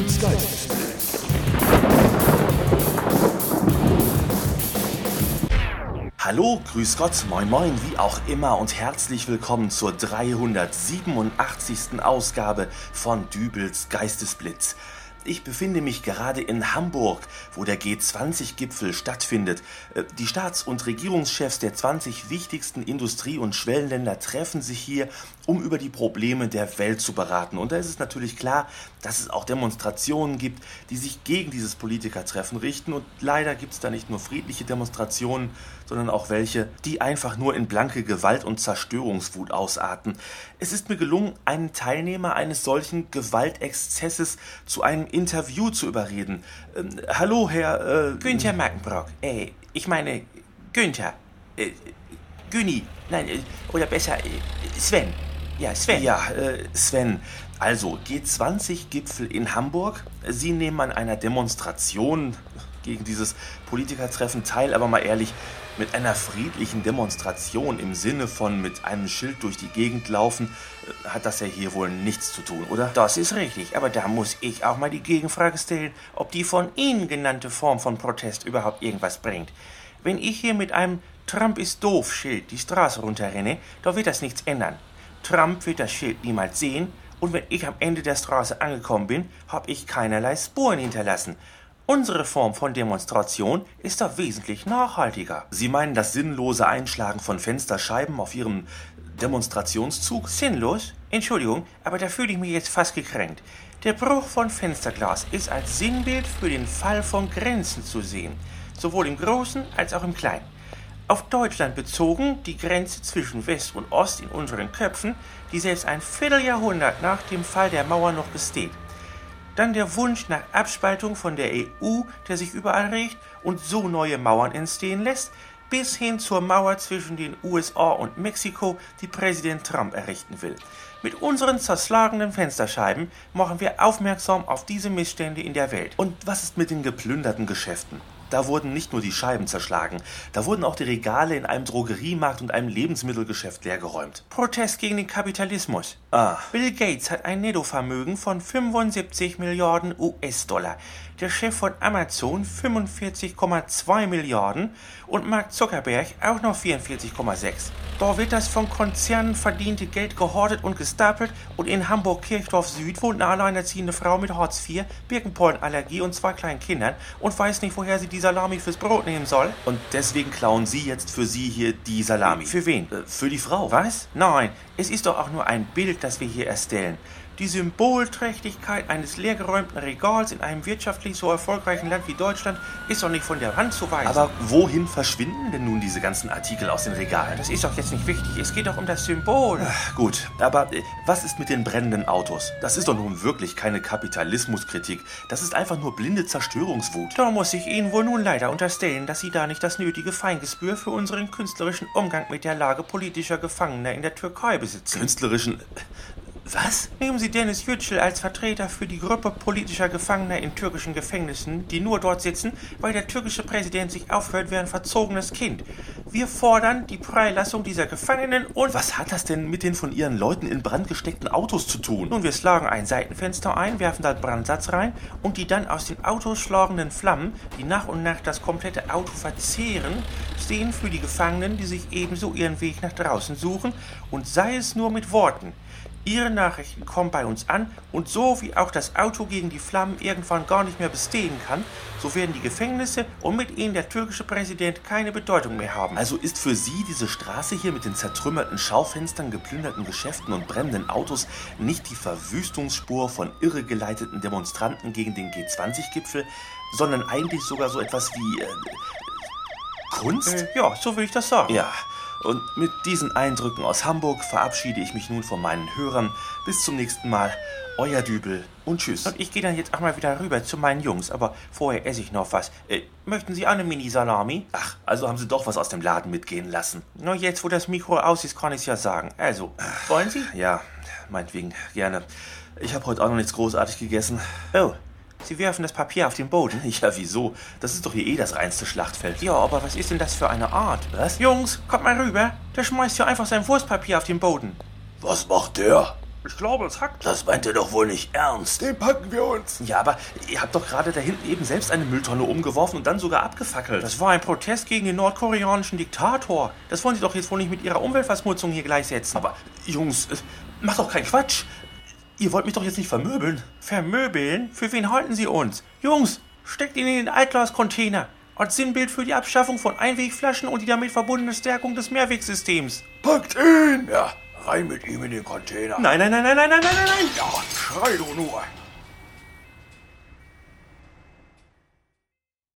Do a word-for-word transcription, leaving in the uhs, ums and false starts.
Dübels Geistesblitz. Hallo, grüß Gott, moin moin, wie auch immer und herzlich willkommen zur dreihundertsiebenundachtzigsten Ausgabe von Dübels Geistesblitz. Ich befinde mich gerade in Hamburg, wo der G zwanzig Gipfel stattfindet. Die Staats- und Regierungschefs der zwanzig wichtigsten Industrie- und Schwellenländer treffen sich hier, um über die Probleme der Welt zu beraten. Und da ist es natürlich klar, dass es auch Demonstrationen gibt, die sich gegen dieses Politikertreffen richten. Und leider gibt es da nicht nur friedliche Demonstrationen, sondern auch welche, die einfach nur in blanke Gewalt und Zerstörungswut ausarten. Es ist mir gelungen, einen Teilnehmer eines solchen Gewaltexzesses zu einem Interview zu überreden. Ähm, hallo, Herr... Äh, Günther Mackenbrock. Äh, ich meine, Günther. Äh, Güni. Nein, äh, oder besser, äh, Sven. Ja, Sven. Ja, äh, Sven. Also, G zwanzig Gipfel in Hamburg. Sie nehmen an einer Demonstration gegen dieses Politikertreffen teil, aber mal ehrlich, mit einer friedlichen Demonstration im Sinne von mit einem Schild durch die Gegend laufen, hat das ja hier wohl nichts zu tun, oder? Das ist richtig, aber da muss ich auch mal die Gegenfrage stellen, ob die von Ihnen genannte Form von Protest überhaupt irgendwas bringt. Wenn ich hier mit einem Trump ist doof Schild die Straße runterrenne, da wird das nichts ändern. Trump wird das Schild niemals sehen und wenn ich am Ende der Straße angekommen bin, habe ich keinerlei Spuren hinterlassen. Unsere Form von Demonstration ist da wesentlich nachhaltiger. Sie meinen das sinnlose Einschlagen von Fensterscheiben auf Ihrem Demonstrationszug? Sinnlos? Entschuldigung, aber da fühle ich mich jetzt fast gekränkt. Der Bruch von Fensterglas ist als Sinnbild für den Fall von Grenzen zu sehen, sowohl im Großen als auch im Kleinen. Auf Deutschland bezogen die Grenze zwischen West und Ost in unseren Köpfen, die selbst ein Vierteljahrhundert nach dem Fall der Mauer noch besteht. Dann der Wunsch nach Abspaltung von der E U, der sich überall regt und so neue Mauern entstehen lässt, bis hin zur Mauer zwischen den U S A und Mexiko, die Präsident Trump errichten will. Mit unseren zerschlagenen Fensterscheiben machen wir aufmerksam auf diese Missstände in der Welt. Und was ist mit den geplünderten Geschäften? Da wurden nicht nur die Scheiben zerschlagen, da wurden auch die Regale in einem Drogeriemarkt und einem Lebensmittelgeschäft leergeräumt. Protest gegen den Kapitalismus. Ah. Bill Gates hat ein Nettovermögen von fünfundsiebzig Milliarden U S-Dollar. Der Chef von Amazon fünfundvierzig Komma zwei Milliarden und Mark Zuckerberg auch noch vierundvierzig Komma sechs. Da wird das von Konzernen verdiente Geld gehortet und gestapelt und in Hamburg-Kirchdorf Süd wohnt eine alleinerziehende Frau mit Hartz vier, Birkenpollenallergie und zwei kleinen Kindern und weiß nicht, woher sie die Salami fürs Brot nehmen soll. Und deswegen klauen Sie jetzt für Sie hier die Salami. Für wen? Äh, für die Frau. Was? Nein, es ist doch auch nur ein Bild, das wir hier erstellen. Die Symbolträchtigkeit eines leergeräumten Regals in einem wirtschaftlich so erfolgreichen Land wie Deutschland ist doch nicht von der Hand zu weisen. Aber wohin verschwinden denn nun diese ganzen Artikel aus den Regalen? Das ist doch jetzt nicht wichtig. Es geht doch um das Symbol. Ach, gut, aber äh, was ist mit den brennenden Autos? Das ist doch nun wirklich keine Kapitalismuskritik. Das ist einfach nur blinde Zerstörungswut. Da muss ich Ihnen wohl nun leider unterstellen, dass Sie da nicht das nötige Feingespür für unseren künstlerischen Umgang mit der Lage politischer Gefangener in der Türkei besitzen. Künstlerischen... Was? Nehmen Sie Dennis Yücel als Vertreter für die Gruppe politischer Gefangener in türkischen Gefängnissen, die nur dort sitzen, weil der türkische Präsident sich aufhört wie ein verzogenes Kind. Wir fordern die Freilassung dieser Gefangenen und... Was hat das denn mit den von Ihren Leuten in Brand gesteckten Autos zu tun? Nun, wir schlagen ein Seitenfenster ein, werfen da Brandsatz rein und die dann aus den Autos schlagenden Flammen, die nach und nach das komplette Auto verzehren, stehen für die Gefangenen, die sich ebenso ihren Weg nach draußen suchen und sei es nur mit Worten. Ihre Nachrichten kommen bei uns an und so wie auch das Auto gegen die Flammen irgendwann gar nicht mehr bestehen kann, so werden die Gefängnisse und mit ihnen der türkische Präsident keine Bedeutung mehr haben. Also ist für Sie diese Straße hier mit den zertrümmerten Schaufenstern, geplünderten Geschäften und brennenden Autos nicht die Verwüstungsspur von irregeleiteten Demonstranten gegen den G zwanzig Gipfel, sondern eigentlich sogar so etwas wie äh, Kunst? Äh, ja, so will ich das sagen. Ja. Und mit diesen Eindrücken aus Hamburg verabschiede ich mich nun von meinen Hörern. Bis zum nächsten Mal. Euer Dübel und tschüss. Und ich gehe dann jetzt auch mal wieder rüber zu meinen Jungs, aber vorher esse ich noch was. Äh, möchten Sie auch eine Mini-Salami? Ach, also haben Sie doch was aus dem Laden mitgehen lassen. Na, jetzt, wo das Mikro aus ist, kann ich es ja sagen. Also, wollen Sie? Ja, meinetwegen, gerne. Ich habe heute auch noch nichts großartig gegessen. Oh. Sie werfen das Papier auf den Boden. Ja, wieso? Das ist doch hier eh das reinste Schlachtfeld. Ja, aber was ist denn das für eine Art? Was? Jungs, kommt mal rüber. Der schmeißt ja einfach sein Wurstpapier auf den Boden. Was macht der? Ich glaube, es hackt. Das meint ihr doch wohl nicht ernst. Den packen wir uns. Ja, aber ihr habt doch gerade da hinten eben selbst eine Mülltonne umgeworfen und dann sogar abgefackelt. Das war ein Protest gegen den nordkoreanischen Diktator. Das wollen Sie doch jetzt wohl nicht mit Ihrer Umweltverschmutzung hier gleichsetzen. Aber, Jungs, äh, macht doch keinen Quatsch. Ihr wollt mich doch jetzt nicht vermöbeln. Vermöbeln? Für wen halten Sie uns? Jungs, steckt ihn in den Altglascontainer. Als Sinnbild für die Abschaffung von Einwegflaschen und die damit verbundene Stärkung des Mehrwegsystems. Packt ihn! Ja, rein mit ihm in den Container. Nein, nein, nein, nein, nein, nein, nein, nein, nein! Ja, schrei du nur.